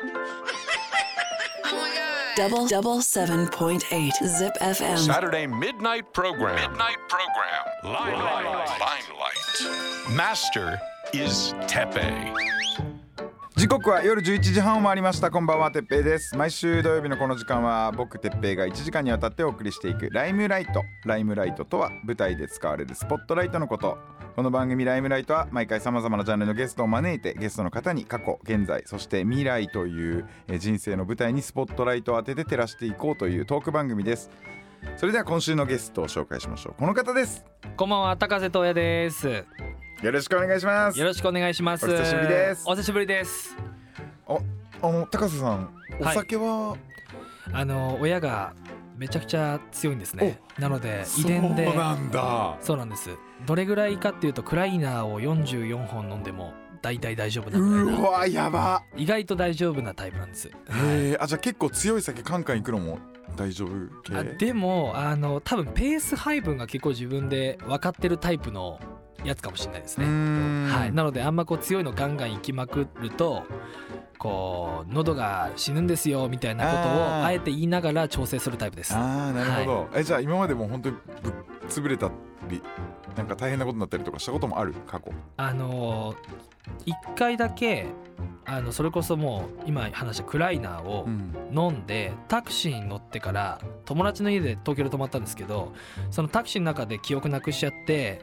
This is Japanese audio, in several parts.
7.8 Zip FM Saturday midnight program. Limelight. Master is Teppei. 時刻は夜11時半を回りました。こんばんは、てっぺいです。毎週土曜日のこの時間は僕てっぺいが1時間にわたってお送りしていくライムライト。ライムライトとは舞台で使われるスポットライトのこと。この番組ライムライトは毎回さまざまなジャンルのゲストを招いて、ゲストの方に過去、現在、そして未来という人生の舞台にスポットライトを当てて照らしていこうというトーク番組です。それでは今週のゲストを紹介しましょう。この方です。 こんばんは、高瀬東也です。 よろしくお願いします。 よろしくお願いします。 お久しぶりです。 お久しぶりです。 高瀬さん、お酒は、 親がめちゃくちゃ強いんですね。なので遺伝で。 そうなんだ。 そうなんです。どれぐらいかっていうと、クライナーを44本飲んでも大体大丈夫なぐらいな。 うわ、やば。 意外と大丈夫なタイプなんです。 じゃあ結構強い酒カンカンいくのも大丈夫系？ でも多分ペース配分が結構自分で分かってるタイプのやつかもしれないですね。はい。なのであんまこう強いのガンガンいきまくると、こう喉が死ぬんですよみたいなことをあえて言いながら調整するタイプです。 なるほど。はい、じゃあ今までも本当にぶっ潰れたり、なんか大変なことになったりとかしたこともある？過去 1回だけそれこそもう今話したクライナーを飲んで、タクシーに乗ってから友達の家で東京で泊まったんですけど、そのタクシーの中で記憶なくしちゃって、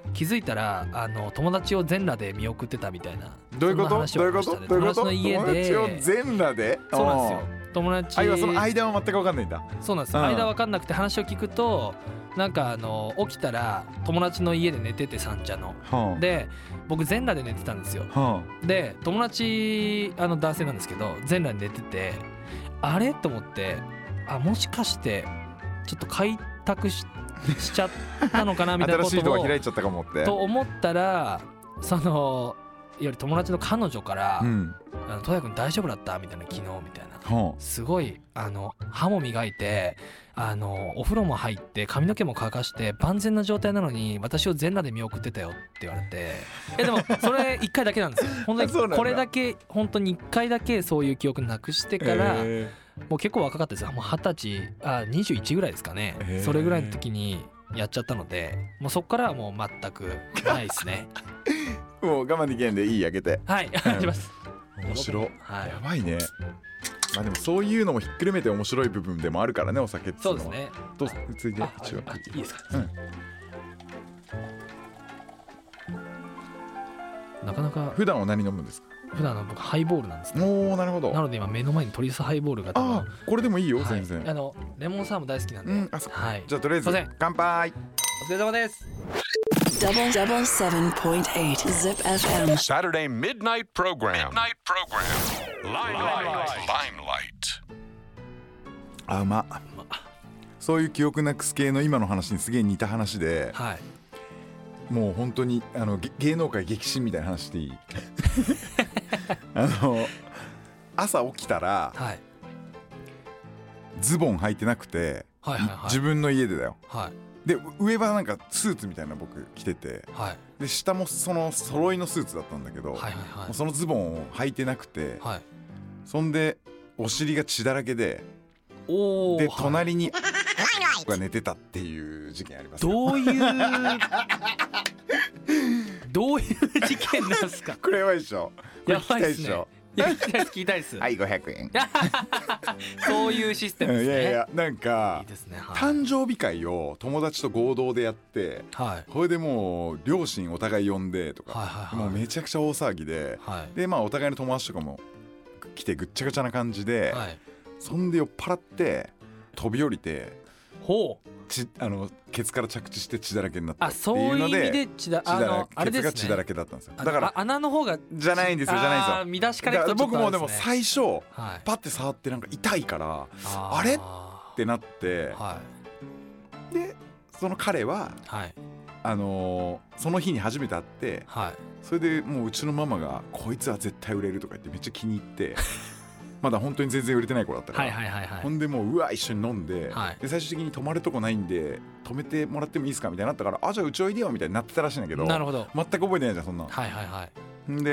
気づいたら友達を全裸で見送ってたみたいな。 どういうこと？ そんな話をしましたね。友達の家で。 友達を全裸で？ そうなんですよ。友達。 その間は全く分かんないんだ。 そうなんです。間分かんなくて、話を聞くとなんか起きたら友達の家で寝てて、三茶の、で僕全裸で寝てたんですよ。で友達男性なんですけど全裸で寝てて、あれと思って、もしかしてちょっと開拓 しちゃったのかなみたいなことを新しいドア開いちゃったかもってと思ったら、より友達の彼女から「東也君大丈夫だった?」みたいな、昨日みたいな、すごい歯も磨いてお風呂も入って髪の毛も乾かして万全な状態なのに私を全裸で見送ってたよって言われて、でもそれ1回だけなんですよ。本当にこれだけ、本当に1回だけそういう記憶なくしてから、もう結構若かったですよ。もう20歳21ぐらいですかね。それぐらいの時にやっちゃったので、もうそっからはもう全くないですね。 もう我慢できないんでいい、開けて。 はい、お願いします。 面白い、 はい、 やばいね。でもそういうのもひっくるめて面白い部分でもあるからね、お酒っていうのは。そうですね。どうついで一応いいですか？なかなか。 普段は何飲むんですか？ 普段僕ハイボールなんですね。 なるほど。 なので今目の前にトリスハイボールが。 これでもいいよ、全然。 レモンサワーも大好きなんで。 はい。じゃあとりあえず乾杯。 お疲れ様です。 7.8 Zip FM Saturday midnight program. Limelight. うま。そういう記憶なくす系の今の話にすげえ似た話で、もう本当に芸能界激震みたいな話していい？朝起きたら、ズボン履いてなくて、自分の家でだよ。で上はなんかスーツみたいな僕着てて、で下もその揃いのスーツだったんだけど、そのズボンを履いてなくて、そんでお尻が血だらけで、で隣にが寝てたっていう事件あります。 どういう事件なんですか？ これやばいでしょ。 やばいでしょ。聞きたいです。 はい、500円。 そういうシステムですね。 いやなんか誕生日会を友達と合同でやって、これでもう両親お互い呼んでとか、もうめちゃくちゃ大騒ぎで、でお互いの友達とかも来てぐっちゃぐちゃな感じで、そんで酔っ払って飛び降りて、ケツから着地して血だらけになったっていうので、ケツが血だらけだったんですよ。だから穴の方がじゃないんですよ。 見出しから言うと僕もでも最初パッて触ってなんか痛いから、あれってなって、でその彼はその日に初めて会って、それでもううちのママがこいつは絶対売れるとか言ってめっちゃ気に入ってまだ本当に全然売れてない子だったから、ほんでもう一緒に飲んで、で最終的に泊まるとこないんで泊めてもらってもいいですかみたいになったから、じゃあうちおいでよみたいになってたらしいんだけど、全く覚えてないじゃんそんな。んで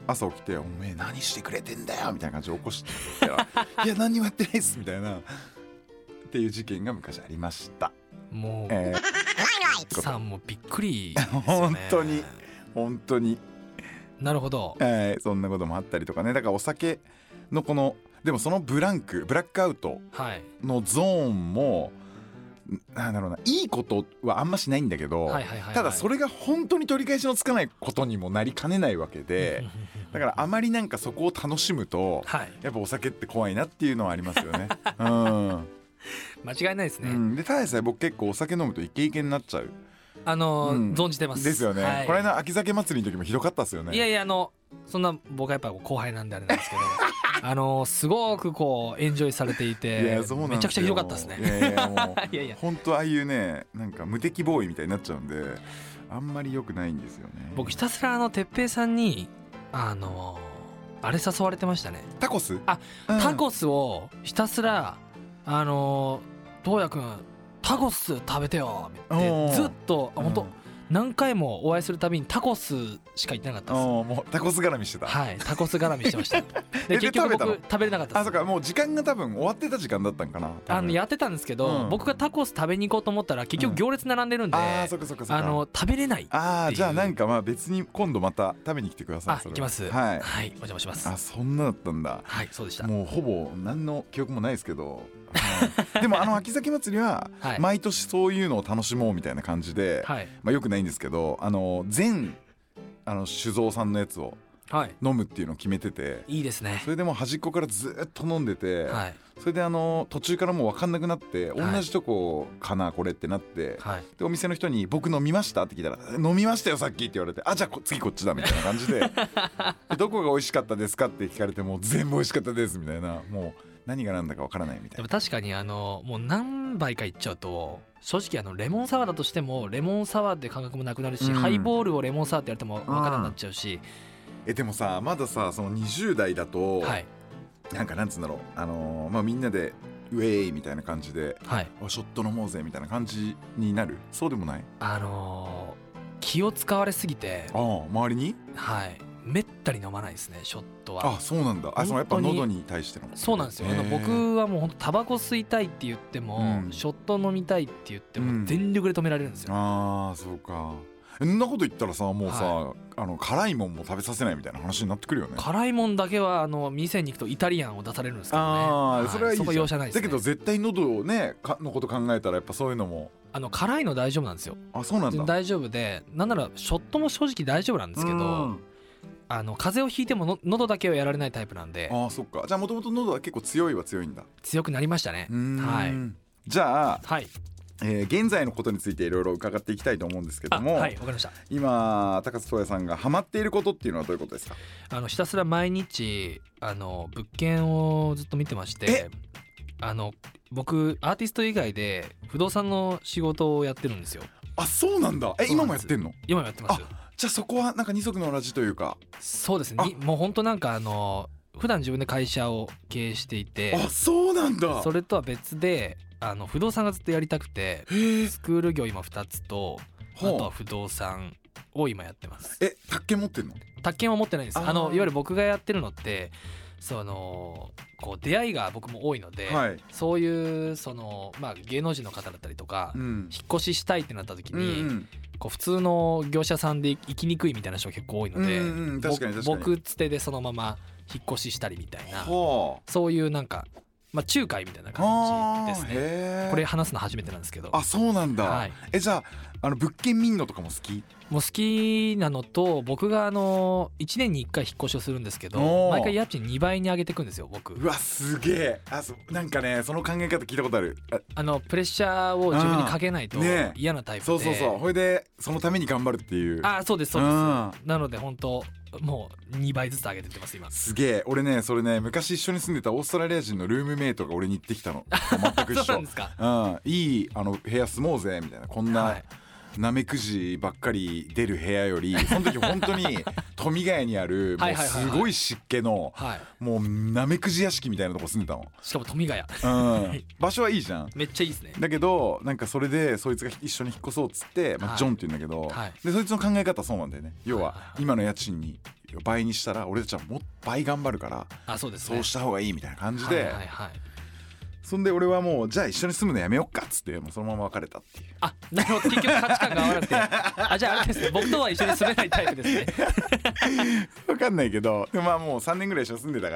朝起きておめえ何してくれてんだよみたいな感じで起こしてたらいや何にもやってないっすみたいなっていう事件が昔ありました。 もう、さんもびっくりですよね。 本当になるほど、 そんなこともあったりとかね。だからお酒のこのでもそのブラックアウトのゾーンも、なんだろうな、いいことはあんましないんだけど、ただそれが本当に取り返しのつかないことにもなりかねないわけでだからあまりなんかそこを楽しむと、やっぱお酒って怖いなっていうのはありますよね。 間違いないですね。 でただでさえ僕結構お酒飲むとイケイケになっちゃう。 存じてます。 ですよね。これの秋酒祭りの時もひどかったですよね。 いやそんな僕はやっぱ後輩なんであれなんですけどすごくこうエンジョイされていてめちゃくちゃひどかったですね。 いや本当ああいうねなんか無敵ボーイみたいになっちゃうんであんまり良くないんですよね。 僕ひたすら哲平さんにあれ誘われてましたね。 タコス？ タコスをひたすら東也くんタコス食べてよってずっと本当何回もお会いするたびにタコスしか言ってなかったです。 もうタコス絡みしてた。 はい、タコス絡みしてましたで結局僕食べれなかったです。 そうか、もう時間が多分終わってた時間だったんかな。 やってたんですけど、僕がタコス食べに行こうと思ったら結局行列並んでるんで、食べれない。 じゃあなんかまあ別に今度また食べに来てください。 行きます。はい、お邪魔します。 そんなだったんだ。 はい、そうでした。 もうほぼ何の記憶もないですけどでも秋酒祭りは毎年そういうのを楽しもうみたいな感じで、よくないんですけど全酒造さんのやつを飲むっていうのを決めてて、 いいですね。 それでもう端っこからずっと飲んでて、それで途中からもう分かんなくなって同じとこかなこれってなって、でお店の人に僕飲みましたって聞いたら飲みましたよさっきって言われて、じゃあ次こっちだみたいな感じでどこが美味しかったですかって聞かれても全部美味しかったですみたいな、もう何が何だか分からないみたいな。 でも確かにもう何杯かいっちゃうと正直レモンサワーだとしてもレモンサワーって感覚もなくなるし、ハイボールをレモンサワーってやっても分からなくなっちゃうし、 でもさまださその20代だと、なんかなんつうんだろうみんなでウェイみたいな感じで、ショット飲もうぜみたいな感じになる。そうでもない？ 気を使われすぎて周りにめったに飲まないですねショットは。 そうなんだ。そのやっぱ喉に対しての。 そうなんですよ。僕はもう本当タバコ吸いたいって言っても、ショット飲みたいって言っても全力で止められるんですよ。 そうか。そんなこと言ったらさもうさ、辛いもんも食べさせないみたいな話になってくるよね。 辛いもんだけは店に行くとイタリアンを出されるんですけどね。 それはいいじゃん。 そこ容赦ないですね。 だけど絶対喉をねのこと考えたらやっぱそういうのも辛いの大丈夫なんですよ。 そうなんだ。 大丈夫で、なんならショットも正直大丈夫なんですけど、風邪をひいても喉だけはやられないタイプなんで。 そっか。じゃあもともと喉は結構強いんだ。 強くなりましたね。 じゃあ、現在のことについていろいろ伺っていきたいと思うんですけども、 わかりました。 今高津東也さんがハマっていることっていうのはどういうことですか？ ひたすら毎日物件をずっと見てまして、僕アーティスト以外で不動産の仕事をやってるんですよ。 そうなんだ。今もやってんの？ 今もやってます。 じゃあそこはなんか二足のわらじというか。 そうですね。もう本当なんか普段自分で会社を経営していて、 そうなんだ。 それとは別で不動産がずっとやりたくて、スクール業今2つとあとは不動産を今やってます。 宅建持ってんの？ 宅建は持ってないです。いわゆる僕がやってるのってこう出会いが僕も多いので、そういう芸能人の方だったりとか、引っ越ししたいってなった時に、こう普通の業者さんで行きにくいみたいな人が結構多いので、僕つてでそのまま引っ越ししたりみたいな、そういうなんか仲介みたいな感じですね。これ話すの初めてなんですけど。 そうなんだ。じゃあ物件見んのとかも好き？ もう好きなのと、僕が1年に1回引っ越しをするんですけど、毎回家賃2倍に上げていくんですよ僕。 うわすげえ。なんかねその考え方聞いたことある。 プレッシャーを自分にかけないと嫌なタイプで、 そうそれでそのために頑張るっていう。 そうですなので本当もう2倍ずつ上げてってます今。 すげえ。俺ねそれね昔一緒に住んでたオーストラリア人のルームメイトが俺に言ってきたの。全く一緒。 そうなんですか。 いい部屋住もうぜみたいな、こんなナメクジばっかり出る部屋よりその時本当に富ヶ谷にあるもうすごい湿気のもうナメクジ屋敷みたいなとこ住んでたの。 しかも富ヶ谷、場所はいいじゃん。 めっちゃいいですね。 だけどなんかそれでそいつが一緒に引っ越そうっつって、ジョンって言うんだけど、でそいつの考え方そうなんだよね。要は今の家賃に倍にしたら俺たちはもっと倍頑張るから、そうした方がいいみたいな感じで、そんで俺はもうじゃあ一緒に住むのやめよっかっつってもうそのまま別れたっていう。 あ、なるほど。結局価値観が合わなくてじゃああれですね、僕とは一緒に住めないタイプですね分かんないけど、でももう3年ぐらい一緒に住んでたから、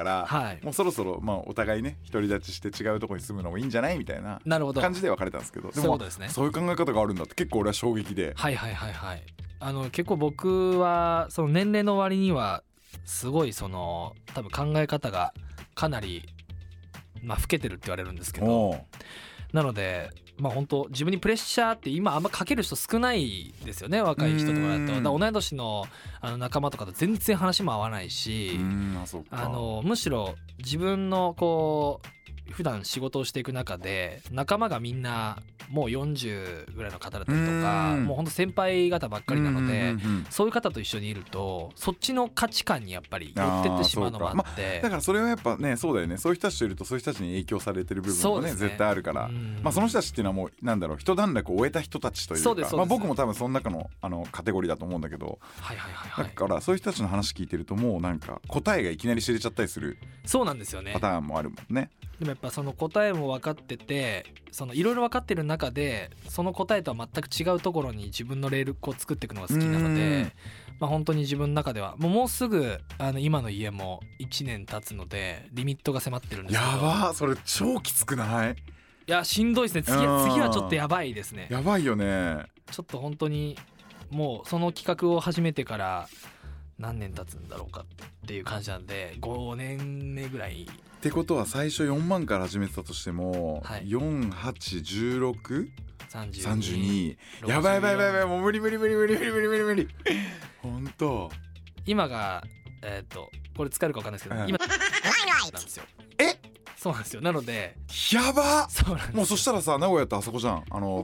もうそろそろお互いね独り立ちして違うところに住むのもいいんじゃないみたいな感じで別れたんですけど、でもそういう考え方があるんだって結構俺は衝撃で、 結構僕はその年齢の割にはすごいその多分考え方がかなり老けてるって言われるんですけど、なので本当自分にプレッシャーって今あんまかける人少ないですよね、若い人とかだと。同い年の仲間とかと全然話も合わないし、むしろ自分のこう普段仕事をしていく中で仲間がみんなもう40ぐらいの方だったりとか、もうほんと先輩方ばっかりなので、そういう方と一緒にいるとそっちの価値観にやっぱり寄ってってしまうのもあって、 だからそれはやっぱね、そうだよね。そういう人たちといるとそういう人たちに影響されてる部分もね絶対あるから、その人たちっていうのはもうなんだろう、一段落を終えた人たちというか、僕も多分その中のカテゴリーだと思うんだけど、だからそういう人たちの話聞いてるともうなんか答えがいきなり知れちゃったりするそうなんですよね、 パターンもあるもんね。 でもやっぱその答えも分かってて、そのいろいろ分かってる中でその答えとは全く違うところに自分のレールを作っていくのが好きなので、本当に自分の中ではもうすぐ今の家も1年経つのでリミットが迫ってるんですけど。 やば、それ超きつくない？ いやしんどいですね。次はちょっとやばいですね。 やばいよね。 ちょっと本当にもうその企画を始めてから何年経つんだろうかっていう感じなんで、5年目ぐらいってことは最初4万から始めてたとしても、481632やばいもう無理ほんと。 今がこれ使えるか分かんないですけど、今なんですよ。そうなんですよ。なのでやば。 そうなんです。 もうそしたらさ、名古屋ってあそこじゃん。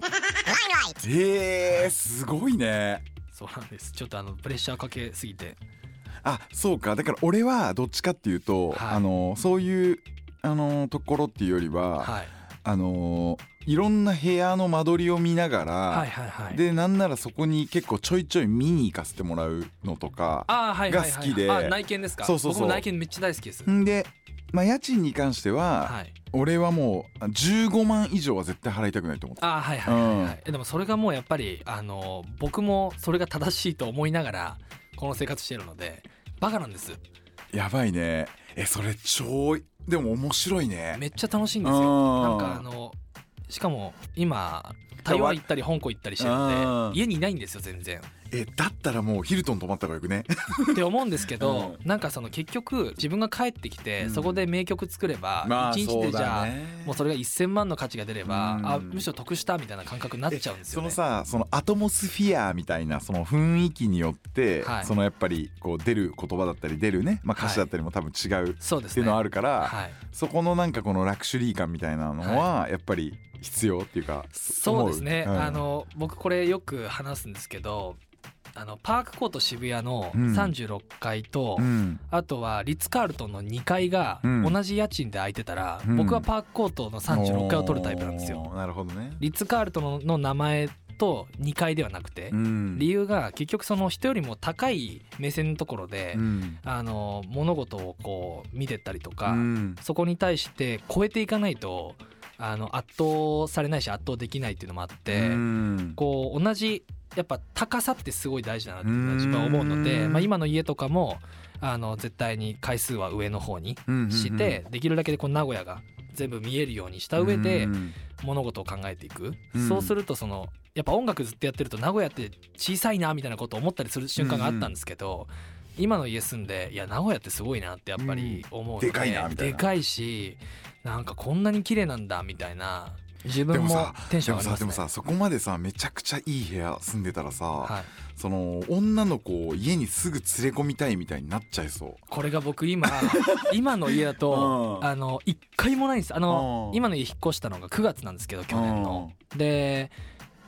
すごいね。 そうなんです。ちょっとプレッシャーかけすぎて。 そうか。だから俺はどっちかっていうと、そういうところっていうよりは、いろんな部屋の間取りを見ながら、でなんならそこに結構ちょいちょい見に行かせてもらうのとかが好きで。 内見ですか？ そう僕も内見めっちゃ大好きです。 で家賃に関しては、俺はもう15万以上は絶対払いたくないと思って。 でもそれがもうやっぱり僕もそれが正しいと思いながらこの生活してるので、バカなんです。 やばいね。それ超でも面白いね。 めっちゃ楽しいんですよ。なんかしかも今台湾行ったり香港行ったりしてるので家にいないんですよ全然。 だったらもうヒルトン泊まった方がよくねって思うんですけど、なんかその結局自分が帰ってきて、そこで名曲作れば1日でじゃあもうそれが1000万の価値が出れば、むしろ得したみたいな感覚になっちゃうんですよね。 そのアトモスフィアみたいなその雰囲気によって、そのやっぱりこう出る言葉だったり出るね、歌詞だったりも多分違うっていうのはあるから、そこのなんかこのラクシュリー感みたいなのはやっぱり必要っていうか。 そうですね。僕これよく話すんですけど、パークコート渋谷の36階と、あとはリッツカールトンの2階が同じ家賃で空いてたら、僕はパークコートの36階を取るタイプなんですよ。 なるほどね。 リッツカールトンの名前と2階ではなくて、理由が結局その人よりも高い目線のところで、物事をこう見てったりとか、そこに対して超えていかないと圧倒されないし圧倒できないっていうのもあって、こう同じやっぱ高さってすごい大事だなって自分は思うので、今の家とかも絶対に階数は上の方にして、できるだけでこう名古屋が全部見えるようにした上で物事を考えていく。そうするとやっぱ音楽ずっとやってると名古屋って小さいなみたいなことを思ったりする瞬間があったんですけど、今の家住んで名古屋ってすごいなってやっぱり思うので、 でかいなみたいな。 でかいし、なんかこんなに綺麗なんだみたいな自分もテンション上がりますね。 でもさそこまでさめちゃくちゃいい部屋住んでたらさ、その女の子を家にすぐ連れ込みたいみたいになっちゃいそう。 これが僕今の家だと1回もないんです。今の家引っ越したのが9月なんですけど、去年ので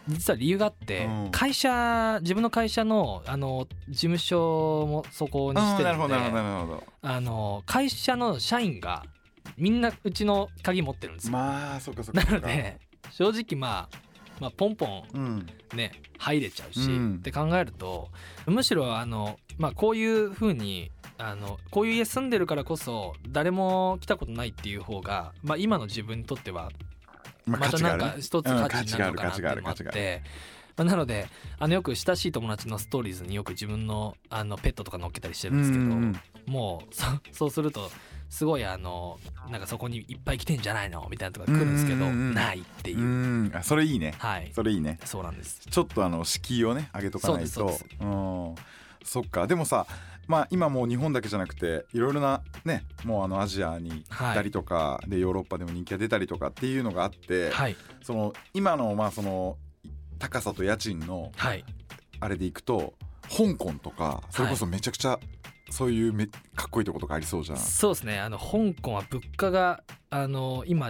実は理由があって、自分の会社の事務所もそこにしてるので、会社の社員がみんなうちの鍵持ってるんですよ。 まあそっかそっか。 なので正直まあポンポンね、入れちゃうし、って考えるとむしろこういう風にこういう家住んでるからこそ誰も来たことないっていう方が、今の自分にとってはまたなんか一つ価値になるのかなっていうのもあって、なのでよく親しい友達のストーリーズによく自分のペットとか載っけたりしてるんですけど、もうそうするとすごいなんかそこにいっぱい来てんじゃないのみたいなとか来るんですけど、ないっていう。 それいいね。 はい、 それいいね。 そうなんです。 ちょっと敷居をね上げとかないと。そっか。でもさ、今もう日本だけじゃなくていろいろなね、もうアジアに行ったりとか、でヨーロッパでも人気が出たりとかっていうのがあって、その今のその高さと家賃のあれでいくと、香港とかそれこそめちゃくちゃそういうかっこいいとことかありそうじゃん。 そうですね。香港は物価が今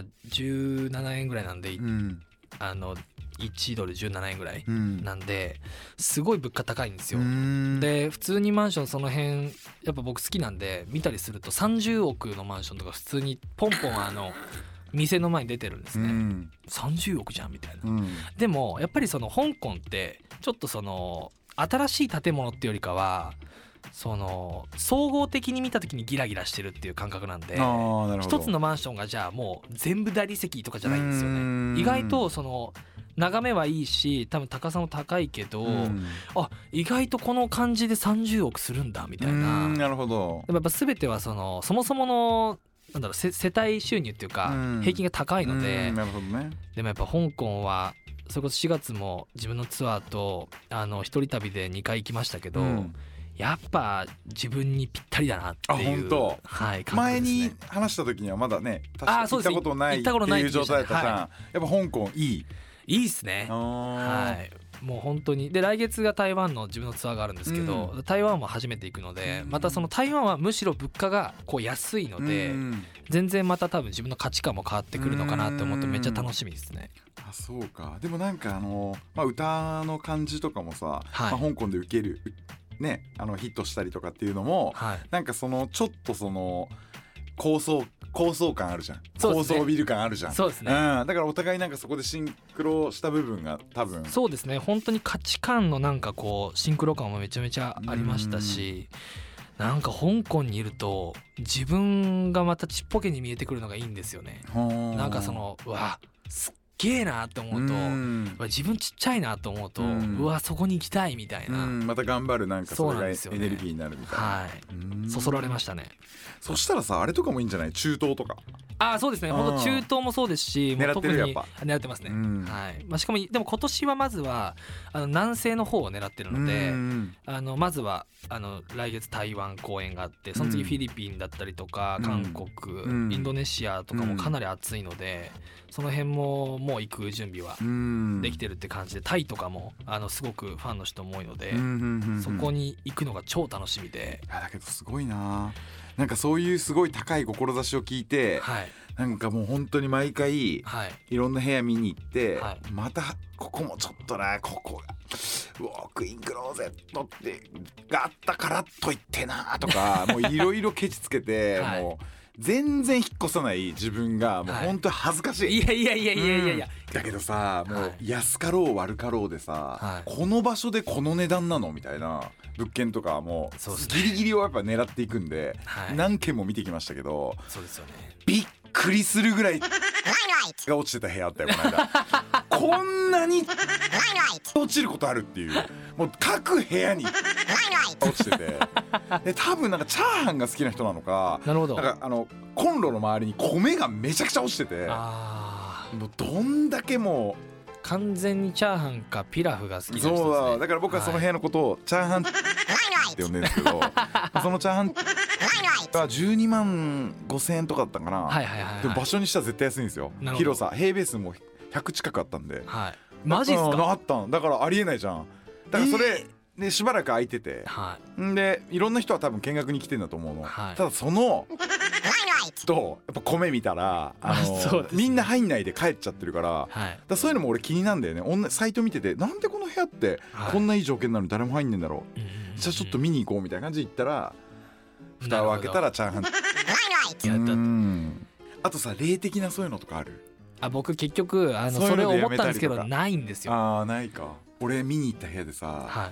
17円ぐらいなんで、1ドル17円ぐらいなんで、すごい物価高いんですよ。で普通にマンションその辺やっぱ僕好きなんで見たりすると30億のマンションとか普通にポンポン店の前に出てるんですね。30億じゃんみたいな。でもやっぱりその香港ってちょっとその新しい建物っていうよりかはその総合的に見た時にギラギラしてるっていう感覚なんで、一つのマンションがじゃあもう全部大理石とかじゃないんですよね。意外とその眺めはいいし多分高さも高いけど、意外とこの感じで30億するんだみたいな。 なるほど。 でもやっぱ全てはそもそもの世帯収入っていうか平均が高いので、 なるほどね。 でもやっぱ香港はそれこそ4月も自分のツアーと一人旅で2回行きましたけど、やっぱ自分にぴったりだなっていう。 本当。前に話した時にはまだね、確か行ったことないっていう状態だったじゃん。やっぱ香港いいっすね。もう本当に。で来月が台湾の自分のツアーがあるんですけど、台湾も初めて行くので、またその台湾はむしろ物価がこう安いので、全然また多分自分の価値観も変わってくるのかなって思ってめっちゃ楽しみですね。 そうか。でもなんか歌の感じとかもさ、香港で受けるね、ヒットしたりとかっていうのも、なんかそのちょっとその高層感あるじゃん。高層ビル感あるじゃん。そうですね。だからお互いなんかそこでシンクロした部分が多分。 そうですね。本当に価値観のなんかこうシンクロ感もめちゃめちゃありましたし、なんか香港にいると自分がまたちっぽけに見えてくるのがいいんですよね。なんかそのすっげえなって思うと、自分ちっちゃいなと思うと、そこに行きたいみたいな。 また頑張るなんかそれがエネルギーになるみたいな。 そそられましたね。 そしたらさ、あれとかもいいんじゃない？中東とか。 そうですね。本当中東もそうですし、 狙ってるやっぱ。 狙ってますね。しかもでも今年はまずは南西の方を狙ってるので、まずは来月台湾公演があって、その次フィリピンだったりとか韓国、インドネシアとかもかなり暑いので、その辺ももう行く準備はできてるって感じで、タイとかもすごくファンの人も多いので、そこに行くのが超楽しみで。 だけどすごいな。なんかそういうすごい高い志を聞いて、なんかもう本当に毎回いろんな部屋見に行って、またここもちょっとな、ここがウォークインクローゼットってがあったからといってなとか、もういろいろケチつけて、もう全然引っ越さない自分がもう本当に恥ずかしい。 いや、 だけどさ、もう安かろう悪かろうでさ、この場所でこの値段なのみたいな物件とかもギリギリをやっぱ狙っていくんで、何件も見てきましたけど、びっくりするぐらいが落ちてた部屋あったよこの間。こんなに落ちることあるっていう、もう各部屋に落ちてて、で多分なんかチャーハンが好きな人なのか、なんかコンロの周りに米がめちゃくちゃ落ちてて、もうどんだけもう完全にチャーハンかピラフが好きな人ですね。 そうだから僕はその部屋のことをチャーハンって呼んでるんですけど、そのチャーハンは12万5千円とかだったかな。でも場所にしたら絶対安いんですよ。広さ平米数も100近くあったんで。 マジっすか？ あったんだからありえないじゃん。だからそれでしばらく空いてて、でいろんな人は多分見学に来てんだと思うの。ただそのとやっぱ米見たらそうですねみんな入んないで帰っちゃってるから、 はい、 だからそういうのも俺気になんだよね。サイト見ててなんでこの部屋ってこんないい条件なのに誰も入んねえんだろう、じゃあちょっと見に行こうみたいな感じで行ったら蓋を開けたらチャーハンあとさ霊的なそういうのとかある？ 僕結局それを思ったんですけどないんですよ。 ないか。俺見に行った部屋でさ、 はい、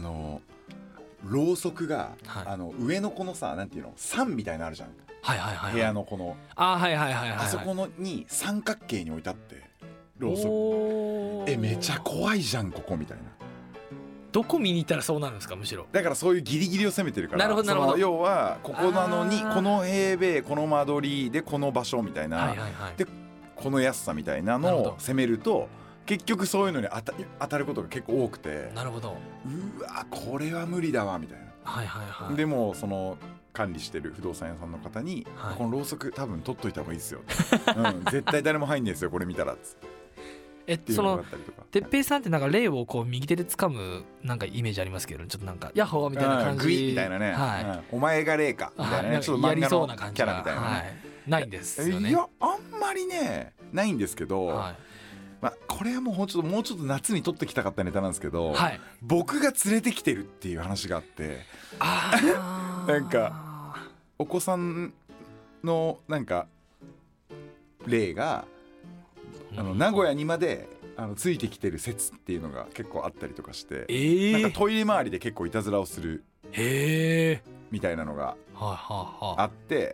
ろうそくが、 はい、 上のこのさなんていうの山みたいなのあるじゃん、 はいはいはいはい、 部屋のこのはいはいはいはい、 あそこのに三角形に置いてあってろうそくめちゃ怖いじゃんここみたいな。 どこ見に行ったらそうなるんですか？むしろだからそういうギリギリを攻めてるから。 なるほどなるほど。 要はここなのにこの平米この間取りでこの場所みたいな、 はいはいはい、でこの安さみたいなのを攻めると結局そういうのに当たることが結構多くて、 なるほど、 うわこれは無理だわみたいな、 はいはいはい、 でもその管理してる不動産屋さんの方に、はい、このろうそく多分取っといた方がいいですよ、絶対誰も入んねえですよこれ見たらっつってその哲平さんってなんか霊をこう右手で掴むなんかイメージありますけど、ちょっとなんかヤッホーみたいな感じ、 グイみたいなね、はい、お前が霊かみたいなね、ちょっと漫画のキャラみたいなね、はい、 ないんですよね。 いやあんまりねないんですけど、はい、これはもうちょっと夏に撮ってきたかったネタなんですけど、はい、僕が連れてきてるっていう話があってなんかお子さんのなんか霊が名古屋にまでついてきてる説っていうのが結構あったりとかして、なんかトイレ周りで結構いたずらをするみたいなのがあって、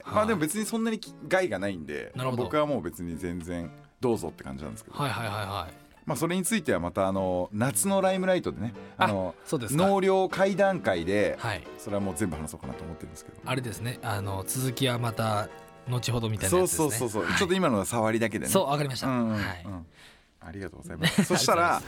でも別にそんなに害がないんで、僕はもう別に全然どうぞって感じなんですけど、それについてはまた夏のライムライトでね、納涼会談会で、それはもう全部話そうかなと思ってるんですけど、あれですね、 続きはまた後ほどみたいなやつですね。 そう、ちょっと今のは触りだけでね。 そう、わかりました。 ありがとうございます。そしたら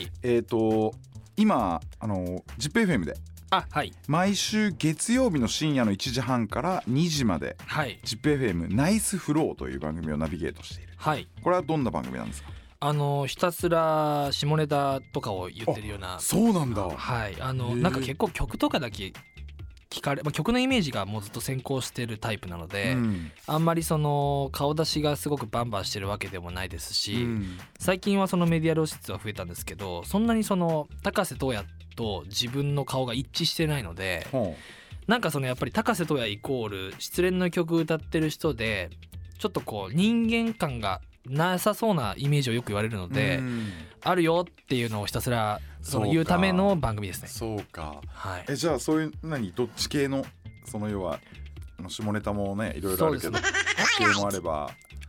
今ZIPFM で毎週月曜日の深夜の1時半から2時まで ZIPFM ナイスフローという番組をナビゲートしている。これはどんな番組なんですか？ ひたすら下ネタとかを言ってるような。 そうなんだ。 なんか結構曲とかだけ聞かれ、曲のイメージがもうずっと先行してるタイプなので、あんまりその顔出しがすごくバンバンしてるわけでもないですし、最近はそのメディア露出は増えたんですけど、そんなにその高瀬東也と自分の顔が一致してないので、なんかそのやっぱり高瀬東也イコール失恋の曲歌ってる人で、ちょっとこう人間感がなさそうなイメージをよく言われるので、あるよっていうのをひたすらその言うための番組ですね。 そうか、じゃあそういうどっち系のその要は下ネタもねいろいろあるけど、系もあれば、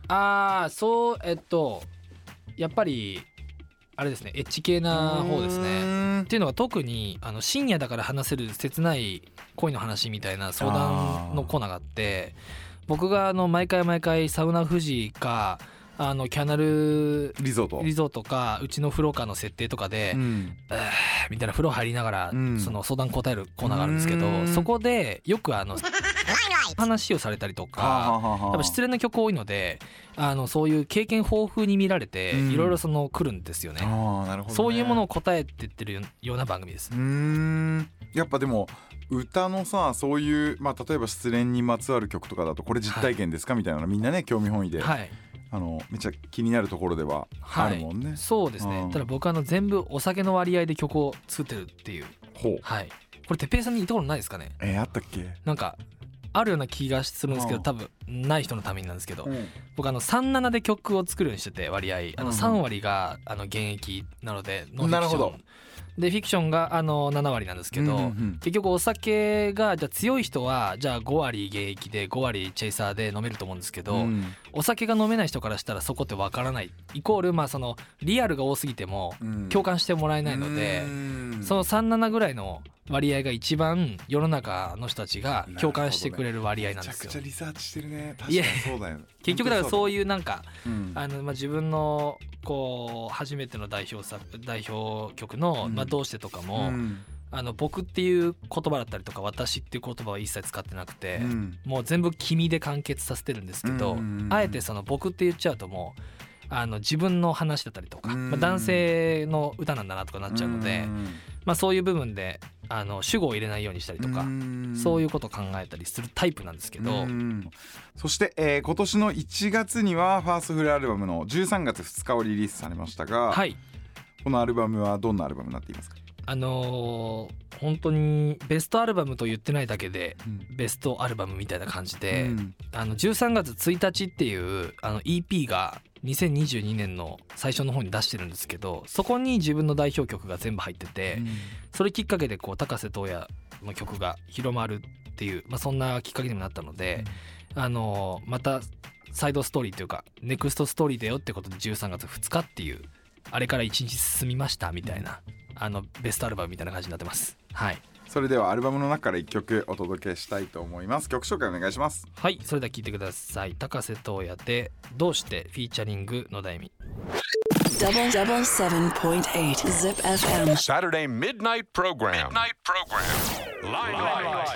やっぱりあれですね、エッチ系な方ですね。っていうのは特に深夜だから話せる切ない恋の話みたいな相談のコーナーがあって、僕が毎回サウナ富士かキャナルリゾートかうちの風呂かの設定とかで、みたいな風呂入りながら、その相談答えるコーナーがあるんですけど、そこでよく話をされたりとか、やっぱ失恋の曲多いのでそういう経験豊富に見られていろいろ来るんですよね。そういうものを答えてってるような番組です。 やっぱでも歌のさ、そういう例えば失恋にまつわる曲とかだとこれ実体験ですかみたいなのみんなね興味本位で、めっちゃ気になるところではあるもんね。 そうですね。ただ僕全部お酒の割合で曲を作ってるっていう。これてっぺいさんに言ったことないですかね？ あったっけ？ なんかあるような気がするんですけど、多分ない人のためになんですけど、僕37で曲を作るようにしてて、割合3割が現役なのでノンフィクションでフィクションが7割なんですけど、結局お酒がじゃあ強い人はじゃあ5割現役で5割チェイサーで飲めると思うんですけど、お酒が飲めない人からしたらそこって分からない、イコールそのリアルが多すぎても共感してもらえないので、その37ぐらいの割合が一番世の中の人たちが共感してくれる割合なんですよ。 めちゃくちゃリサーチしてるね。確かにそうだよね。 結局だからそういうなんか、自分のこう初めての代表曲のどうしてとかも、僕っていう言葉だったりとか私っていう言葉は一切使ってなくて、もう全部君で完結させてるんですけど、あえてその僕って言っちゃうともう自分の話だったりとか、男性の歌なんだなとかなっちゃうので、そういう部分で主語を入れないようにしたりとか、そういうことを考えたりするタイプなんですけど、 そして、今年の1月にはファーストフルアルバムの13月2日をリリースされましたが、 はい、 このアルバムはどんなアルバムになっていますか？ 本当にベストアルバムと言ってないだけで、ベストアルバムみたいな感じで、13月1日っていうEP が2022年の最初の方に出してるんですけど、そこに自分の代表曲が全部入ってて、それきっかけで高瀬戸也の曲が広まるっていう、そんなきっかけにもなったので、またサイドストーリーというかネクストストーリーだよってことで13月2日っていうあれから1日進みましたみたいなベストアルバムみたいな感じになってます。はい、 それではアルバムの中から1曲お届けしたいと思います。曲紹介お願いします。 はい、それでは聴いてください。高瀬戸也でどうしてフィーチャリング野田恵美。 7.8 Zip FM Saturday Midnight Program Limelight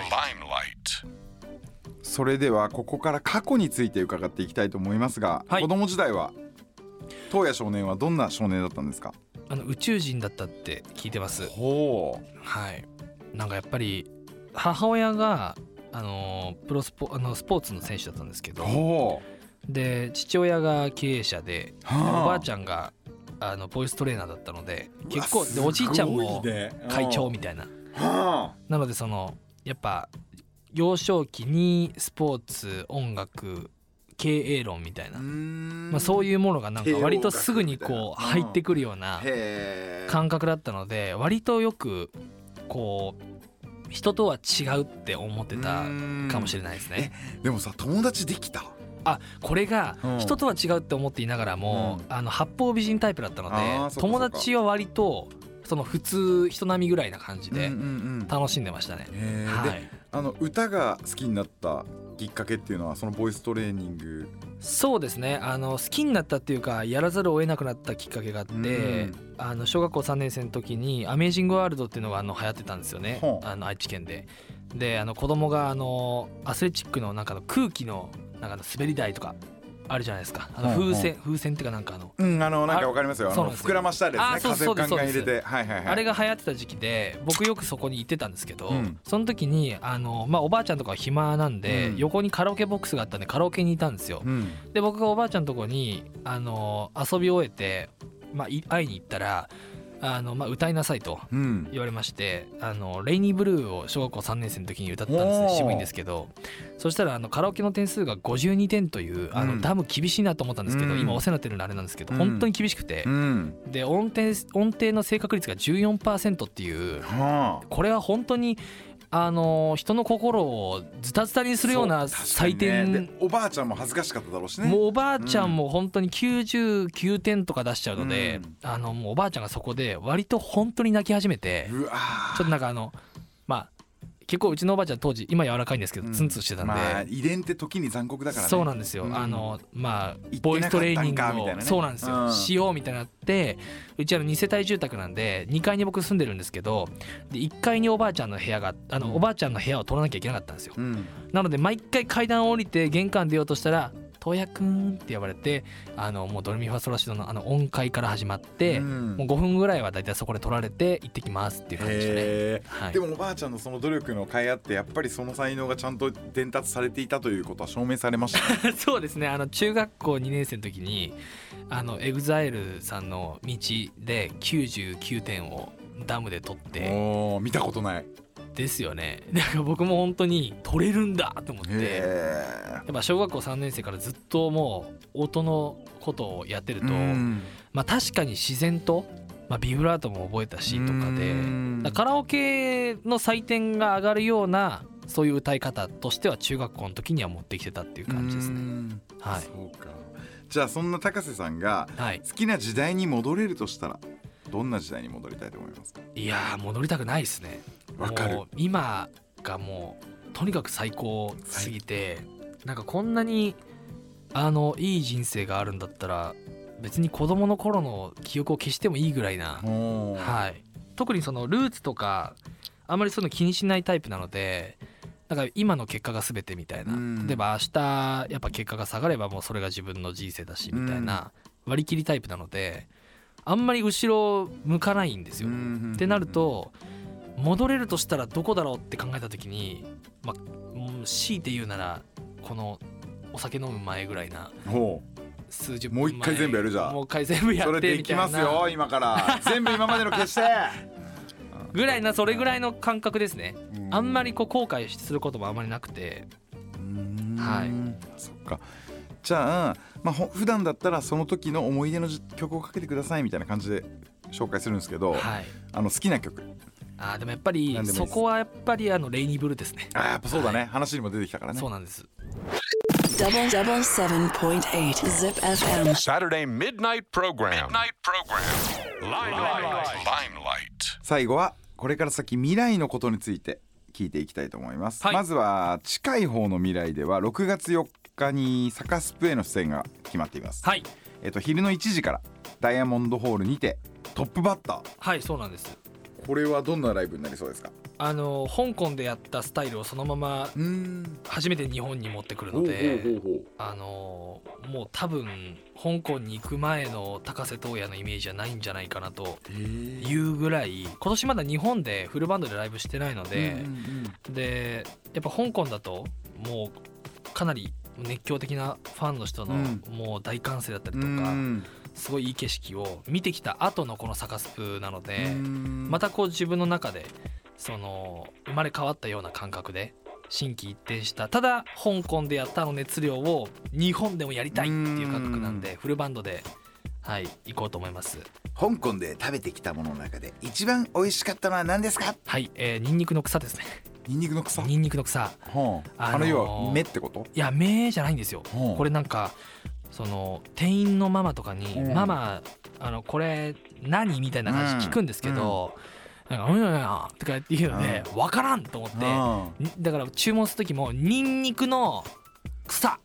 それではここから過去について伺っていきたいと思いますが、子供時代は戸谷少年はどんな少年だったんですか？ 宇宙人だったって聞いてます。 ほう。 はい、なんかやっぱり母親がスポーツの選手だったんですけど、で父親が経営者で、おばあちゃんがボイストレーナーだったので、結構でおじいちゃんも会長みたいな、なのでやっぱ幼少期にスポーツ音楽経営論みたいな、そういうものがなんか割とすぐに入ってくるような感覚だったので、割とよく人とは違うって思ってたかもしれないですね。 でもさ、友達できた？ これが人とは違うって思っていながらも、八方美人タイプだったので、友達は割と普通人並みぐらいな感じで楽しんでましたね。 歌が好きになったきっかけっていうのはそのボイストレーニング？ そうですね、好きになったっていうかやらざるを得なくなったきっかけがあって、小学校3年生の時にアメージングワールドっていうのが流行ってたんですよね、愛知県で。で子供がアスレチックのなんかの空気のなんか滑り台とかあるじゃないですか、風船っていうかなんかなんかわかりますよ、膨らましたですね、風をガンガン入れて、あれが流行ってた時期で僕よくそこに行ってたんですけど、その時におばあちゃんとかは暇なんで、横にカラオケボックスがあったんでカラオケにいたんですよ。で僕がおばあちゃんのとこに遊び終えて、会いに行ったら歌いなさいと言われまして、レイニーブルーを小学校3年生の時に歌ったんですね。渋いんですけど、そしたらカラオケの点数が52点というダム厳しいなと思ったんですけど、今お世話になってるのあれなんですけど、本当に厳しくて、で音程の正確率が 14% っていう、これは本当に人の心をズタズタにするような採点、 でおばあちゃんも恥ずかしかっただろうしね。 もうおばあちゃんも本当に99点とか出しちゃうので、もうおばあちゃんがそこで割と本当に泣き始めて、ちょっとなんか結構うちのおばあちゃん当時今柔らかいんですけどツンツンしてたんで、 遺伝って時に残酷だからね。 そうなんですよ、ボイストレーニングをそうなんですよ、しようみたいになって、うち2世帯住宅なんで2階に僕住んでるんですけど、で1階におばあちゃんの部屋がおばあちゃんの部屋を取らなきゃいけなかったんですよ。なので毎回階段を降りて玄関出ようとしたら戸谷くんって呼ばれて、もうドレミファソラシドの音階から始まって、もう5分ぐらいはだいたいそこで取られて行ってきますっていう感じでね。 でもおばあちゃんのその努力の甲斐あって、やっぱりその才能がちゃんと伝達されていたということは証明されましたね。 そうですね、中学校2年生の時にEXILE さんの道で99点をダムで取って、 見たことないですよね。だから僕も本当に取れるんだと思って、やっぱ小学校3年生からずっともう音のことをやってると、確かに自然と、ビブラートも覚えたしとかで、カラオケの採点が上がるようなそういう歌い方としては中学校の時には持ってきてたっていう感じですね。 そうか。じゃあそんな高瀬さんが好きな時代に戻れるとしたら、どんな時代に戻りたいと思いますか？ いや戻りたくないですね。 わかる。 もう今がもうとにかく最高すぎて、なんかこんなにいい人生があるんだったら別に子供の頃の記憶を消してもいいぐらいな、特にそのルーツとかあんまりそういうの気にしないタイプなので、なんか今の結果が全てみたいな、例えば明日やっぱ結果が下がればもうそれが自分の人生だしみたいな割り切りタイプなので、あんまり後ろ向かないんですよ。ってなると戻れるとしたらどこだろうって考えた時に、まあ、強いて言うならこのお酒飲む前ぐらいな数十分前、 もう一回全部やるじゃん。 もう一回全部やってみたいな、 それできますよ今から全部今までの消してぐらいな、それぐらいの感覚ですね。あんまりこう後悔することもあんまりなくて、はい。 そっか。じゃあ、普段だったらその時の思い出の曲をかけてくださいみたいな感じで紹介するんですけど、 はい、 好きな曲。 でもやっぱりそこはやっぱりレイニーブルーですね。 やっぱそうだね、 はい、 話にも出てきたからね。 そうなんです。 7.8 Zip FM Saturday Midnight Program. Limelight. 最後はこれから先未来のことについて聞いていきたいと思います、はい、まずは近い方の未来では6月4日にサカスプへの出演が決まっています、 はい。 昼の1時からダイヤモンドホールにてトップバッター。 はい、そうなんです。 これはどんなライブになりそうですか？ 香港でやったスタイルをそのまま初めて日本に持ってくるので、もう多分香港に行く前の高瀬東也のイメージじゃないんじゃないかなというぐらい、今年まだ日本でフルバンドでライブしてないので、でやっぱ香港だともうかなり熱狂的なファンの人のもう大歓声だったりとか、すごいいい景色を見てきた後のこのサカスプなので、またこう自分の中でその生まれ変わったような感覚で心機一転した、ただ香港でやった熱量を日本でもやりたいっていう感覚なんで、フルバンドではい行こうと思います。 香港で食べてきたものの中で一番美味しかったのは何ですか？ はい、ニンニクの草ですね。 ニンニクの草？ ニンニクの草、 要は芽ってこと？ いや芽じゃないんですよ、これなんかその店員のママとかに、ママこれ何みたいな感じ聞くんですけど、なんかとかって言うので分からんと思って、だから注文する時もニンニクの草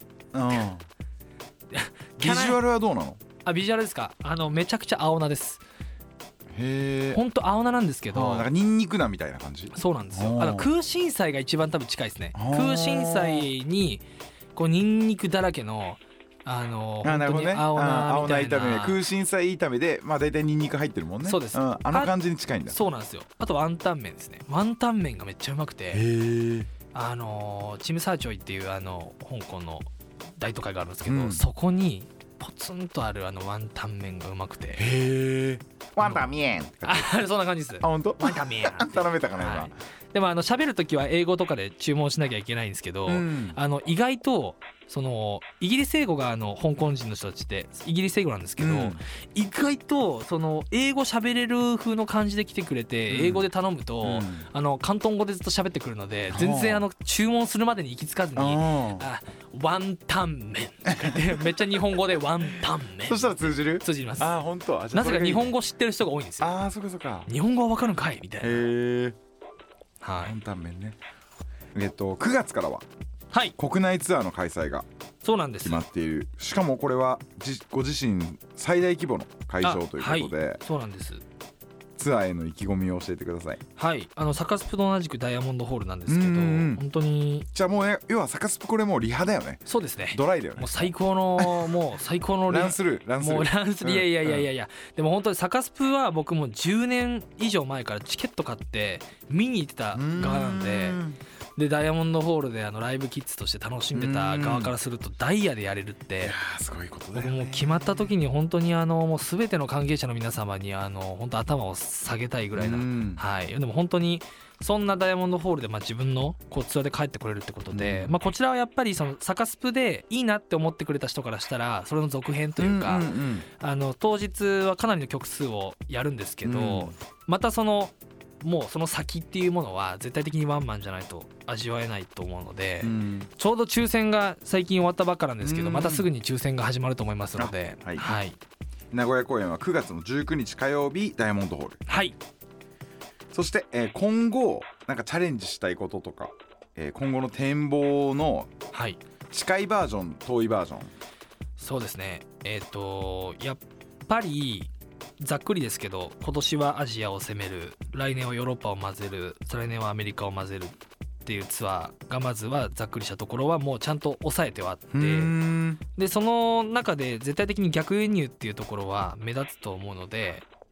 ビジュアルはどうなの？ ビジュアルですか？めちゃくちゃ青菜です。 へえ。 ほんと青菜なんですけど、 なんかニンニク菜みたいな感じ。 そうなんですよ。空心菜が一番多分近いですね。空心菜にこうニンニクだらけの本当に青菜みたいな、 炒め、空心菜炒めでだいたいニンニク入ってるもんね。 そうです、 感じに近いんだ。 そうなんですよ。あとワンタン麺ですね。ワンタン麺がめっちゃうまくて、チムサーチョイっていう香港の大都会があるんですけど、そこにポツンとあるワンタン麺がうまくて、 ワンタン麺そんな感じです。 本当？ ワンタン麺頼めたかな今、 でも喋るときは英語とかで注文しなきゃいけないんですけど、意外とそのイギリス英語が香港人の人たちってイギリス英語なんですけど、意外とその英語喋れる風の感じで来てくれて、英語で頼むと、広東語でずっと喋ってくるので、全然注文するまでに行き着かずにワンタン麺ってめっちゃ日本語でワンタン麺そしたら通じる？ 通じます。 本当？ なぜか日本語知ってる人が多いんですよ。 そうかそうか。 日本語は分かるんかいみたいな。 ワンタン麺ね。9月からは国内ツアーの開催が決まっている。しかもこれはご自身最大規模の会場ということで、 そうなんです。 ツアーへの意気込みを教えてください。 はい、サカスプと同じくダイヤモンドホールなんですけど、本当にじゃあもう要はサカスプこれもうリハだよね。 そうですね。 ドライだよね。 もう最高のランスルーいやでも本当にサカスプは僕も10年以上前からチケット買って見に行ってた側なんで、ダイヤモンドホールでライブキッズとして楽しんでた側からするとダイヤでやれるって、 すごいことだよね。 もう決まった時に本当にもう全ての関係者の皆様に本当頭を下げたいぐらいな、でも本当にそんなダイヤモンドホールで自分のツアーで帰ってこれるってことで、こちらはやっぱりそのサカスプでいいなって思ってくれた人からしたらそれの続編というか、当日はかなりの曲数をやるんですけど、またもうその先っていうものは絶対的にワンマンじゃないと味わえないと思うので、ちょうど抽選が最近終わったばっかなんですけど、またすぐに抽選が始まると思いますので、 名古屋公演は9月の19日火曜日ダイヤモンドホール。そして、今後なんかチャレンジしたいこととか、今後の展望の近いバージョン、遠いバージョン。 そうですね、やっぱりざっくりですけど、今年はアジアを攻める、来年はヨーロッパを混ぜる、再来年はアメリカを混ぜるっていうツアーがまずはざっくりしたところはもうちゃんと抑えてはあって、でその中で絶対的に逆輸入っていうところは目立つと思うので、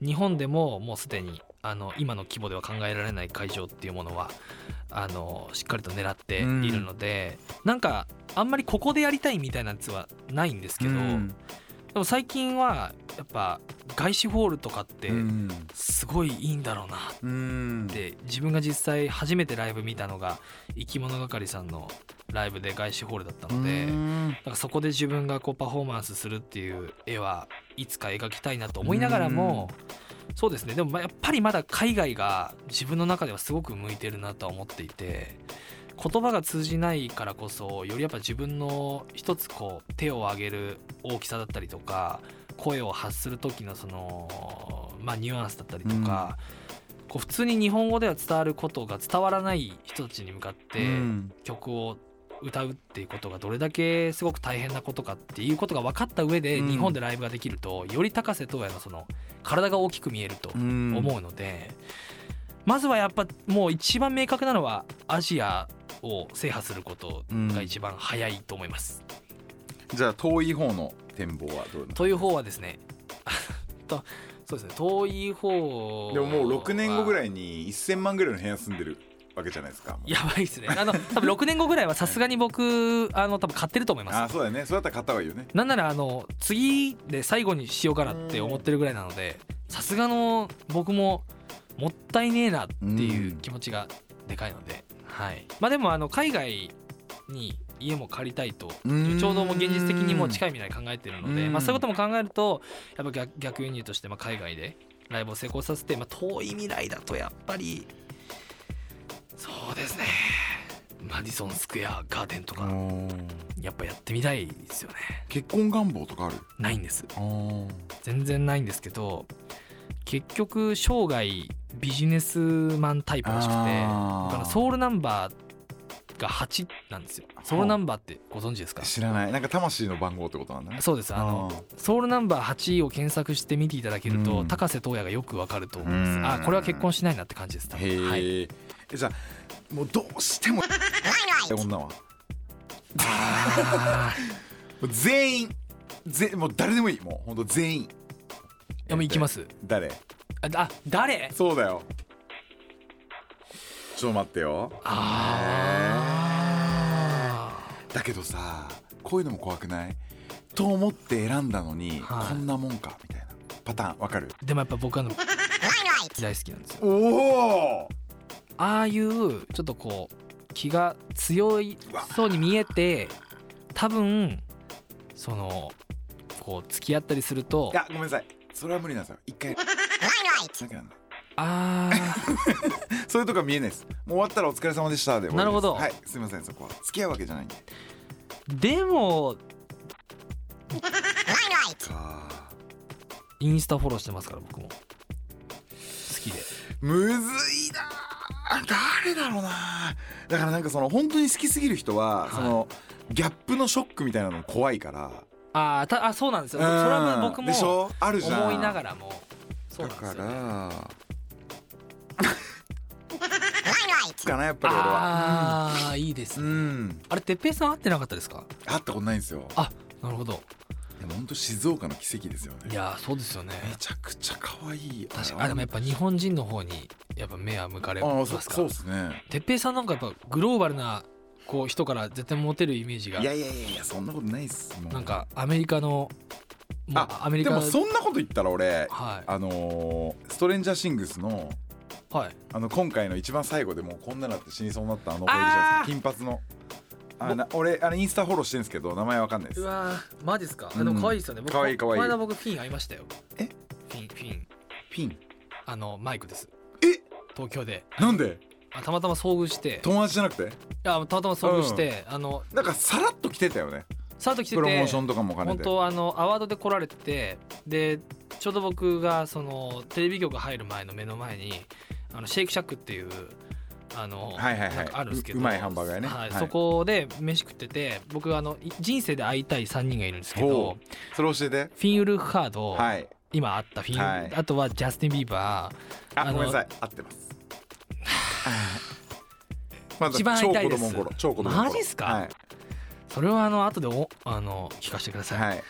日本でももうすでに今の規模では考えられない会場っていうものはしっかりと狙っているので、なんかあんまりここでやりたいみたいなやつはないんですけど、でも最近はやっぱ外資ホールとかってすごいいいんだろうなって自分が実際初めてライブ見たのが生き物係さんのライブで外資ホールだったので、だからそこで自分がこうパフォーマンスするっていう絵はいつか描きたいなと思いながらも、そうですね、でもやっぱりまだ海外が自分の中ではすごく向いてるなとは思っていて、言葉が通じないからこそよりやっぱ自分の一つこう手を挙げる大きさだったりとか声を発する時のそのニュアンスだったりとか、こう普通に日本語では伝わることが伝わらない人たちに向かって曲を歌うっていうことがどれだけすごく大変なことかっていうことが分かった上で日本でライブができるとより高瀬東也のその体が大きく見えると思うので、まずはやっぱもう一番明確なのはアジアを制覇することが一番早いと思います。 じゃあ遠い方の展望はどうなの？ 遠い方はですねそうですね、遠い方でももう6年後ぐらいに1000万ぐらいの部屋住んでるわけじゃないですか。 やばいですね。多分6年後ぐらいはさすがに僕多分買ってると思います。 あ、そうだよね。そうだったら買った方がいいよね。 なんなら次で最後にしようかなって思ってるぐらいなので、さすがの僕ももったいねえなっていう気持ちがでかいので、はい。まあでも海外に家も借りたいとちょうどもう現実的にもう近い未来考えてるので、まあそういうことも考えるとやっぱ逆輸入として海外でライブを成功させて、遠い未来だとやっぱりそうですね、マディソンスクエアガーデンとかやっぱやってみたいですよね。 結婚願望とかある？ ないんです。全然ないんですけど、結局生涯ビジネスマンタイプらしくて、ソウルナンバーが8なんですよ。ソウルナンバーってご存知ですか？ 知らない。なんか魂の番号ってことなんだね。 そうです。ソウルナンバー8を検索して見ていただけると、高瀬東也がよくわかると思います。これは結婚しないなって感じです。 はい。じゃあもうどうしても女は全員もう誰でもいい、もう本当全員。 もう行きます。 誰？ 誰？ そうだよ。ちょっと待ってよ。だけどさ、こういうのも怖くない？と思って選んだのに、こんなもんかみたいなパターンわかる？ でもやっぱ僕大好きなんですよ。 おお。 ああいうちょっとこう気が強いそうに見えて、多分そのこう付き合ったりすると、 いやごめんなさい、それは無理なんですよ。一回そういうとこは見えないです。もう終わったらお疲れ様でしたで終わりです。 なるほど。 はい、すいません。そこは付き合うわけじゃないんで。 でもインスタフォローしてますから僕も好きで。 むずいな。誰だろうな。だからなんかその本当に好きすぎる人は、そのギャップのショックみたいなの怖いから。 そうなんですよ。それは僕もでしょ？あるじゃん。 思いながらもそうなんですよね。 だからかな、やっぱり俺は。 いいですね。あれ哲平さん会ってなかったですか？ 会ったことないんですよ。 なるほど。 でも本当静岡の奇跡ですよね。 いやそうですよね。 めちゃくちゃ可愛い。 確かに。でもやっぱ日本人の方にやっぱ目は向かれますか？ そうですね。 哲平さんなんかやっぱグローバルなこう人から絶対モテるイメージが。 いやそんなことないっす。 なんかアメリカのアメリカでもそんなこと言ったら俺、 はい、 ストレンジャーシングスの、 はい、 今回の一番最後でもうこんなのって死にそうになった子いるじゃないですか、金髪の。俺インスタフォローしてるんですけど名前わかんないです。 うわマジですか？でも可愛いですよね。 可愛い。 この間僕フィン会いましたよ。 フィンマイクです。東京で。 なんで？ たまたま遭遇して。 友達じゃなくて？ いやたまたま遭遇して、 なんかさらっと来てたよね。 さらっと来てて、 プロモーションとかも兼ねて。 本当アワードで来られてて、でちょうど僕がそのテレビ局入る前の目の前にシェイクシャックっていうなんかあるんですけど、 うまいハンバーガーね。 そこで飯食ってて、僕人生で会いたい3人がいるんですけど、 それ教えて。 フィン・ウルフハード、今会ったフィン、あとはジャスティン・ビーバー。ごめんなさい、合ってます。 一番会いたいです。 超子供頃。 マジっすか？それは後で聞かせてください。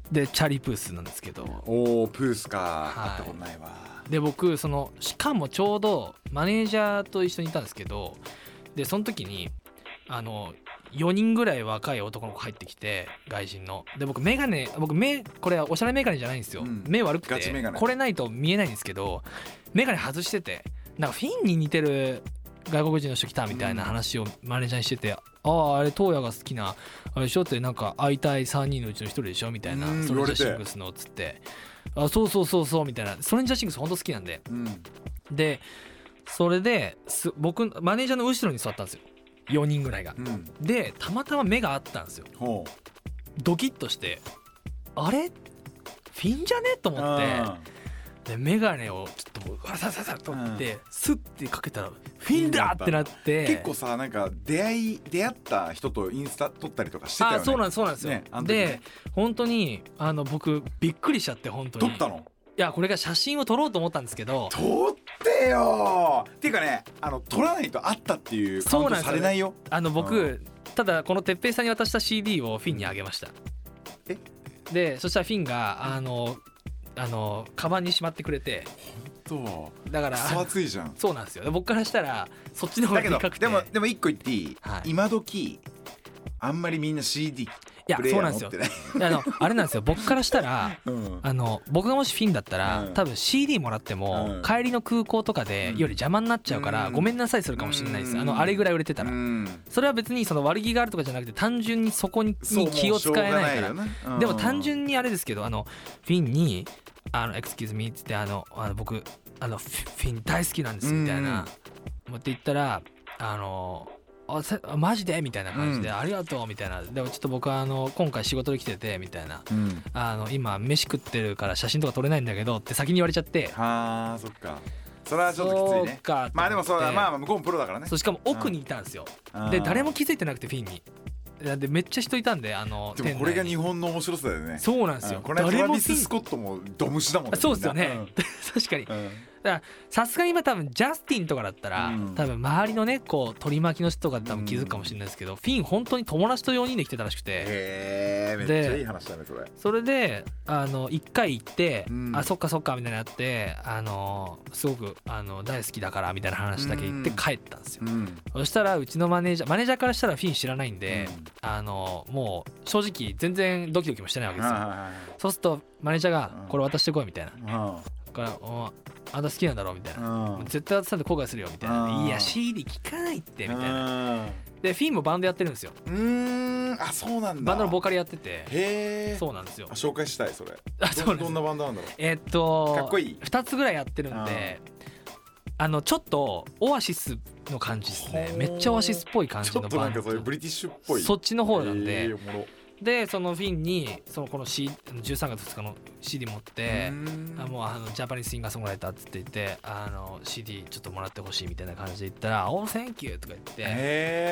でチャーリープースなんですけど、 おープースか、 はい、 会ったことないわ。 で僕しかもちょうどマネージャーと一緒にいたんですけど、でその時に4人ぐらい若い男の子入ってきて、外人の。で僕目これはおしゃれメガネじゃないんですよ、目悪くてこれないと見えないんですけど、メガネ外してて、なんかフィンに似てる外国人の人来たみたいな話をマネージャーにしてて、あれ東野が好きなあれでしょって、なんか会いたい3人のうちの1人でしょみたいな、ストレンジャーシングスのっつって、そうみたいな、ストレンジャーシングス本当好きなんで、でそれで僕マネージャーの後ろに座ったんですよ、4人ぐらいが、でたまたま目が合ったんですよ。ドキッとして、あれフィンじゃねと思って、でメガネをちょっとわさささ取ってスッてかけたらフィンだってなって、 結構さ、なんか出会った人とインスタ撮ったりとかしてたよね。 そうなんですよ、ね、で本当に僕びっくりしちゃって、本当に撮ったの？ いやこれが写真を撮ろうと思ったんですけど、 撮ってよーっていうかね、撮らないとあったっていうカウントされないよ。 僕ただこの哲平さんに渡した CD をフィンにあげました。でそしたらフィンがカバンにしまってくれて、 本当だからクソ熱いじゃん。 そうなんですよ。僕からしたらそっちの方がでかくて、 でも一個言っていい、今時あんまりみんな CD プレイヤー持ってない。 あれなんですよ、僕からしたら、僕がもしフィンだったら、多分 CD もらっても、帰りの空港とかでより邪魔になっちゃうから、ごめんなさいするかもしれないです。あれぐらい売れてたら、それは別に悪気があるとかじゃなくて、単純にそこに気を使えないから。でも単純にあれですけど、フィンにexcuse me っつって僕フィン大好きなんですみたいな持って言ったら、マジでみたいな感じで、ありがとうみたいな。でもちょっと僕は今回仕事で来ててみたいな、今飯食ってるから写真とか撮れないんだけどって先に言われちゃって、 そっか、それはちょっときついね。まあでもそうだ、まあ向こうもプロだからね。 しかも奥にいたんですよ。で誰も気づいてなくて、フィンにでめっちゃ人いたんで、でもこれが日本の面白さだよね。 そうなんですよ。 これトラビス・スコットもドムシだもんね。 そうですよね、確かに。さすがに今多分ジャスティンとかだったら、多分周りのねこう取り巻きの人とか多分気づくかもしれないですけど、フィン本当に友達と4人で来てたらしくて、 めっちゃいい話だねそれ。 それで1回行って、そっかそっかみたいになって、すごく大好きだからみたいな話だけ言って帰ったんですよ。そしたらうちのマネージャーからしたらフィン知らないんで、もう正直全然ドキドキもしてないわけですよ。そうするとマネージャーがこれ渡してこいみたいな、からあんた好きなんだろうみたいな、絶対渡さんで後悔するよみたいな、いや CD 聞かないってみたいな。でフィンもバンドやってるんですよ。 そうなんだ。 バンドのボーカルやってて。 へえ。 そうなんですよ。 紹介したいそれ。どんなバンドなんだろう。かっこいい。 2つぐらいやってるんで、ちょっとオアシスの感じですね。めっちゃオアシスっぽい感じのバンド。 ちょっとなんかそういうブリティッシュっぽい。 そっちの方なんで。でそのフィンにこの13月2日の CD 持って、もうジャパニーズシンガーソングライターっつって言って、CD ちょっともらってほしいみたいな感じで言ったら「おーセンキュー」とか言って、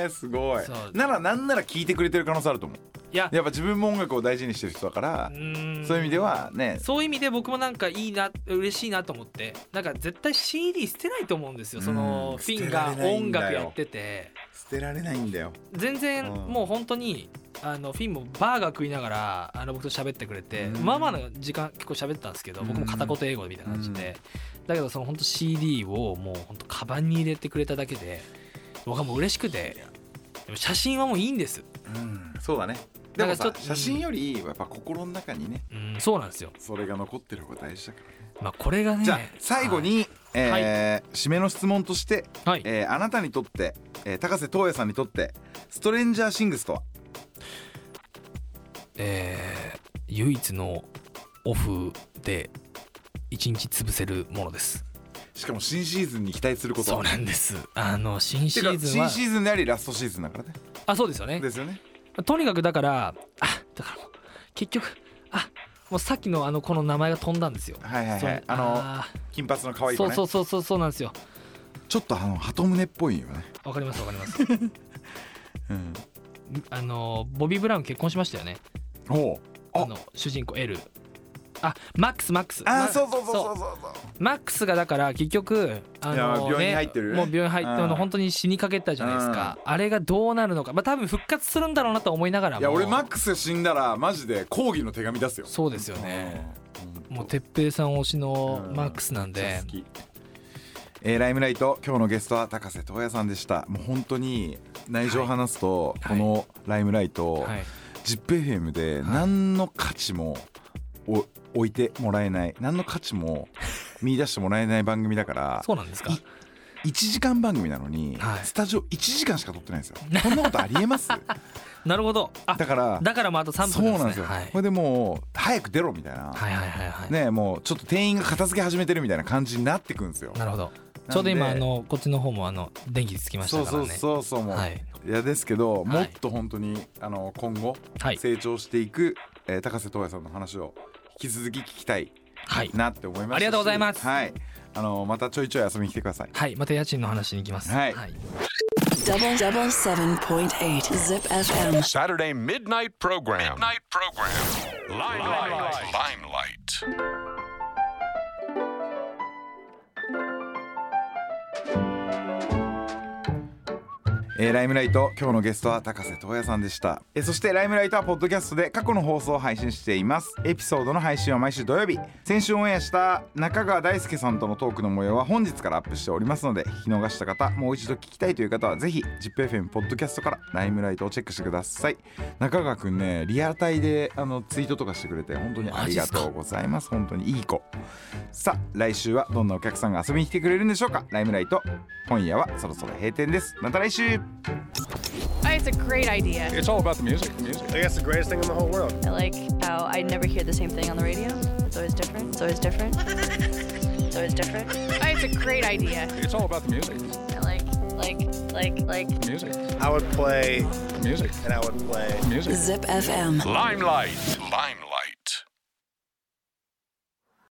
すごい。なんなら聞いてくれてる可能性あると思う。やっぱ自分も音楽を大事にしてる人だから、そういう意味ではね。 そういう意味で僕もなんかいいな、嬉しいなと思って、なんか絶対 CD 捨てないと思うんですよ。フィンが音楽やってて捨てられないんだよ。 全然もう本当にフィンもバーガー食いながら僕と喋ってくれて、まあまあの時間結構喋ったんですけど、僕も片言英語みたいな感じで、だけど本当 CD をもう本当カバンに入れてくれただけで僕はもう嬉しくて、でも写真はもういいんです。 そうだね。でもさ、写真よりやっぱ心の中にね、 そうなんですよ。 それが残ってる方が大事だからね。 まあこれがね。 じゃあ最後に締めの質問として、あなたにとって高瀬智也さんにとってストレンジャーシングスとは？ 唯一のオフで1日潰せるものです。 しかも新シーズンに期待すること。 そうなんです。新シーズンは新シーズンでありラストシーズンだからね。 そうですよね。 ですよね。 とにかくだからもう結局もうさっきのこの名前が飛んだんですよ。 金髪の可愛い子ね。 そうなんですよ。 ちょっと鳩胸っぽいよね。 わかりますボビー・ブラウン結婚しましたよね。主人公 L。 マックスそうマックスがだから結局病院に入ってる、 もう病院入って本当に死にかけたじゃないですか、あれがどうなるのか、多分復活するんだろうなと思いながらも、 いや俺マックス死んだらマジで抗議の手紙出すよ。 そうですよね、もう哲平さん推しのマックスなんで、 ライムライト今日のゲストは高瀬智也さんでした。もう本当に内情を話すと、このライムライト、ZIPFM で何の価値も置いてもらえない、何の価値も見出してもらえない番組だからそうなんですか。 1時間番組なのに、スタジオ1時間しか撮ってないんですよ。こんなことありえますなるほど。 だからもうあと3分ですね。 そうなんですよ、これでもう早く出ろみたいな、ね、もうちょっと店員が片付け始めてるみたいな感じになってくんですよ。 なるほど。ちょうど今こっちの方も電気つきましたからね。 そうもう、いやですけど、もっと本当に今後成長していく、高瀬智也さんの話を引き続き聞きたいなって思いました。 ありがとうございます。 またちょいちょい遊びに来てください。 はい、また家賃の話に行きます。 7.8 Zip FM Saturday Midnight Program Limelight ライムライト今日のゲストは高瀬智也さんでした。そしてライムライトはポッドキャストで過去の放送を配信しています。エピソードの配信は毎週土曜日。先週オンエアした中川大輔さんとのトークの模様は本日からアップしておりますので、聞き逃した方、もう一度聞きたいという方はぜひ ZIPFM ポッドキャストからライムライトをチェックしてください。中川くんね、リアタイでツイートとかしてくれて本当にありがとうございます。本当にいい子。さあ来週はどんなお客さんが遊びに来てくれるんでしょうか。ライムライト今夜はそろそろ閉店です。また来週。 It's a great idea. It's all about the music. I think it's the greatest thing in the whole world. I like how I never hear the same thing on the radio. It's always different. It's always different. It's always different. It's a great idea. It's all about the music. I like Music. I would play Music. and I would play Music. Zip FM Limelight.